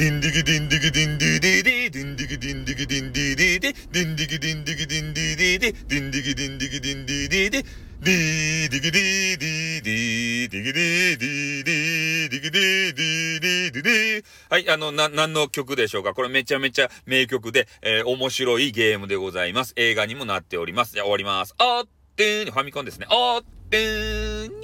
ディンディギディンディギディンディディディディンディギディンディギディンディディディディンディギディンディギディンディディディディンディギディンディギディンディディディディディギディディディディギディディディディギディディディディディ。はい、何の曲でしょうか。これめちゃめちゃ名曲で、面白いゲームでございます。映画にもなっております。じゃあ終わります。あーってーにファミコンですね。あーってーん。